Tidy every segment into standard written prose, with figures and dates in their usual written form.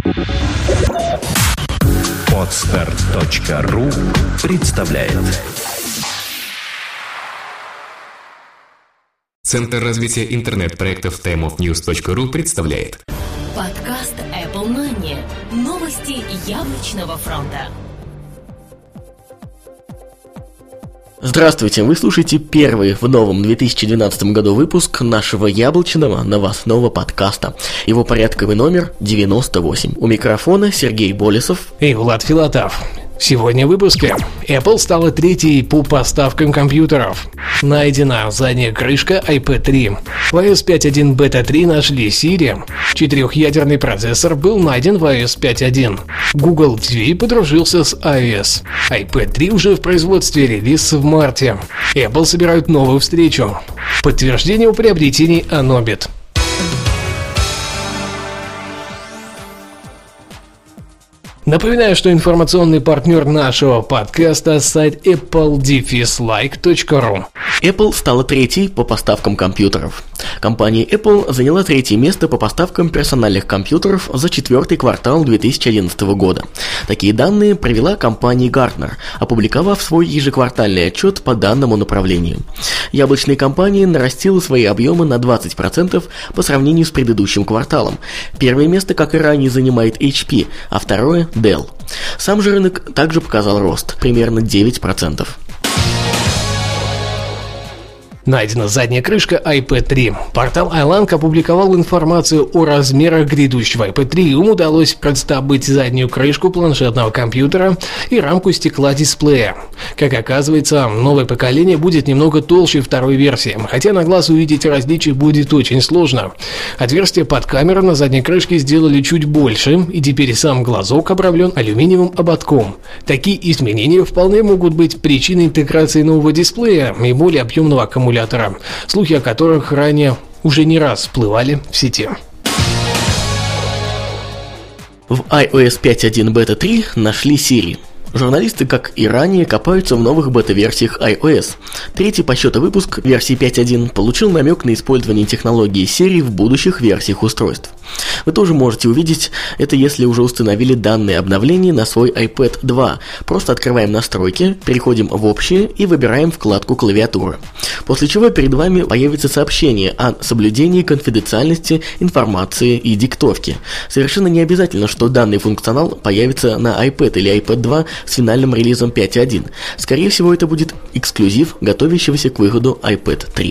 Podstart.ru представляет. Центр развития интернет-проектов timeofnews.ru представляет подкаст Apple Money. Новости яблочного фронта. Здравствуйте, вы слушаете первый в новом 2012 году выпуск нашего яблочного новостного подкаста. Его порядковый номер 98. У микрофона Сергей Болесов и Влад Филатов. Сегодня в выпуске. Apple стала третьей по поставкам компьютеров. Найдена задняя крышка iPad 3. В iOS 5.1 Beta 3 нашли Siri. Четырехъядерный процессор был найден в iOS 5.1. Google TV подружился с iOS. iPad 3 уже в производстве, релиз в марте. Apple собирают новую встречу. Подтверждение о приобретении Anobit. Напоминаю, что информационный партнер нашего подкаста – сайт apple-like.ru. Apple стала третьей по поставкам компьютеров. Компания Apple заняла третье место по поставкам персональных компьютеров за четвертый квартал 2011 года. Такие данные привела компания Gartner, опубликовав свой ежеквартальный отчет по данному направлению. Яблочная компания нарастила свои объемы на 20% по сравнению с предыдущим кварталом. Первое место, как и ранее, занимает HP, а второе – Dell. Сам же рынок также показал рост, примерно 9%. Найдена задняя крышка iPad 3. Портал iLang опубликовал информацию о размерах грядущего iPad 3. Им удалось раздобыть заднюю крышку планшетного компьютера и рамку стекла дисплея. Как оказывается, новое поколение будет немного толще второй версии, хотя на глаз увидеть различия будет очень сложно. Отверстие под камеру на задней крышке сделали чуть больше, и теперь сам глазок обрамлен алюминиевым ободком. Такие изменения вполне могут быть причиной интеграции нового дисплея и более объемного аккумулятора, слухи о которых ранее уже не раз всплывали в сети. В iOS 5.1 Beta 3 нашли Siri. Журналисты, как и ранее, копаются в новых бета-версиях iOS. Третий по счету выпуск версии 5.1 получил намек на использование технологии Siri в будущих версиях устройств. Вы тоже можете увидеть это, если уже установили данные обновления на свой iPad 2. Просто открываем настройки, переходим в общее и выбираем вкладку клавиатура. После чего перед вами появится сообщение о соблюдении конфиденциальности информации и диктовки. Совершенно не обязательно, что данный функционал появится на iPad или iPad 2 с финальным релизом 5.1. Скорее всего, это будет эксклюзив, готовящегося к выходу iPad 3.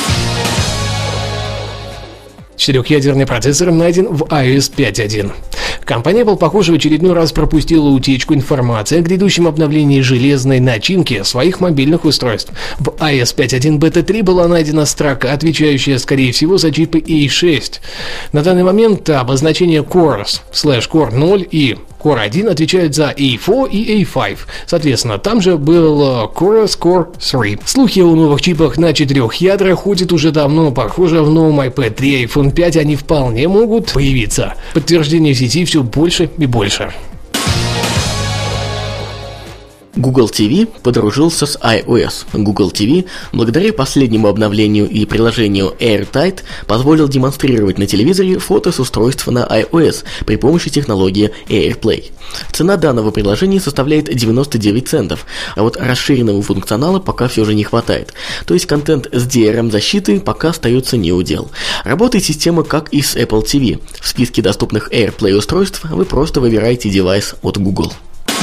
Четырехъядерный процессор найден в iOS 5.1. Компания Apple, похоже, в очередной раз пропустила утечку информации о грядущем обновлении железной начинки своих мобильных устройств. В iOS 5.1 Beta 3 была найдена строка, отвечающая, скорее всего, за чипы A6. На данный момент обозначение Cores/Core 0 и Core 1 отвечают за A4 и A5. Соответственно, там же был Core 3. Слухи о новых чипах на 4 ядрах ходят уже давно. Похоже, в новом iPad 3 и iPhone 5 они вполне могут появиться. Подтверждение в сети все больше и больше. Google TV подружился с iOS. Google TV, благодаря последнему обновлению и приложению AirTight, позволил демонстрировать на телевизоре фото с устройств на iOS при помощи технологии AirPlay. Цена данного приложения составляет 99 центов, а вот расширенного функционала пока все же не хватает. То есть контент с DRM-защитой пока остается неудел. Работает система как и с Apple TV. В списке доступных AirPlay устройств вы просто выбираете девайс от Google.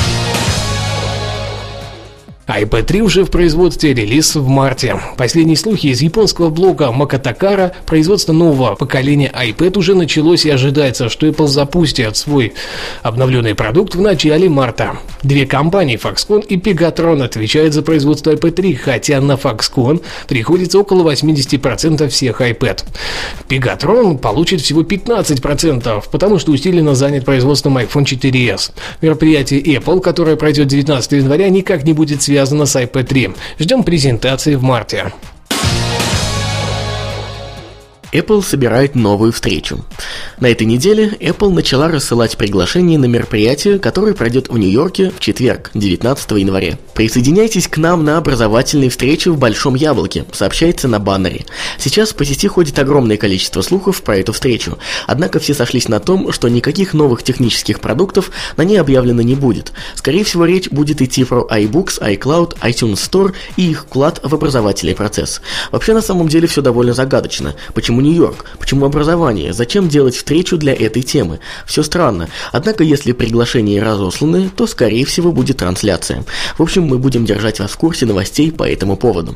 iPad 3 уже в производстве, релиз в марте. Последние слухи из японского блога Makottakara: производство нового поколения iPad уже началось, и ожидается, что Apple запустит свой обновленный продукт в начале марта. Две компании, Foxconn и Pegatron, отвечают за производство iPad 3, хотя на Foxconn приходится около 80% всех iPad. Pegatron получит всего 15%, потому что усиленно занят производством iPhone 4s. Мероприятие Apple, которое пройдет 19 января, никак не будет связано с iPad 3. Ждем презентации в марте. Apple собирает новую встречу. На этой неделе Apple начала рассылать приглашение на мероприятие, которое пройдет в Нью-Йорке в четверг, 19 января. Присоединяйтесь к нам на образовательной встрече в Большом Яблоке, сообщается на баннере. Сейчас по сети ходит огромное количество слухов про эту встречу, однако все сошлись на том, что никаких новых технических продуктов на ней объявлено не будет. Скорее всего, речь будет идти про iBooks, iCloud, iTunes Store и их вклад в образовательный процесс. Вообще, на самом деле, все довольно загадочно. Почему Нью-Йорк? Почему образование? Зачем делать встречу для этой темы? Все странно. Однако, если приглашения разосланы, то, скорее всего, будет трансляция. В общем, мы будем держать вас в курсе новостей по этому поводу.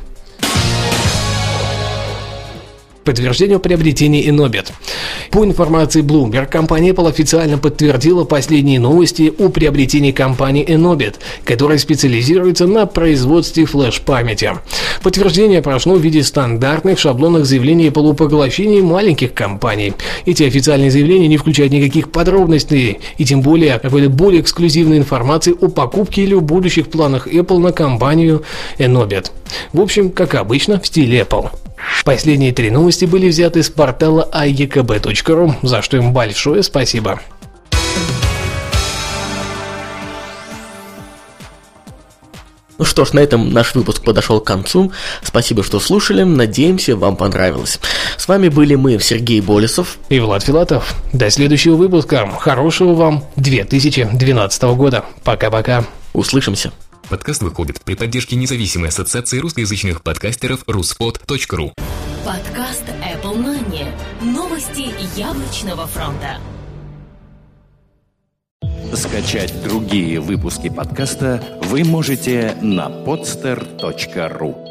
Подтверждению приобретения Enobit. По информации Bloomberg, компания Apple официально подтвердила последние новости о приобретении компании Enobit, которая специализируется на производстве флеш-памяти. Подтверждение прошло в виде стандартных шаблонных заявлений Apple о поглощении маленьких компаний. Эти официальные заявления не включают никаких подробностей и тем более какой-то более эксклюзивной информации о покупке или о будущих планах Apple на компанию Enobit. В общем, как обычно, в стиле Apple. Последние 3 новости были взяты с портала iekb.ru, за что им большое спасибо. Ну что ж, на этом наш выпуск подошел к концу. Спасибо, что слушали. Надеемся, вам понравилось. С вами были мы, Сергей Болесов и Влад Филатов. До следующего выпуска. Хорошего вам 2012 года. Пока-пока. Услышимся. Подкаст выходит при поддержке независимой ассоциации русскоязычных подкастеров ruspod.ru. Подкаст Apple Money. Новости яблочного фронта. Скачать другие выпуски подкаста вы можете на podster.ru.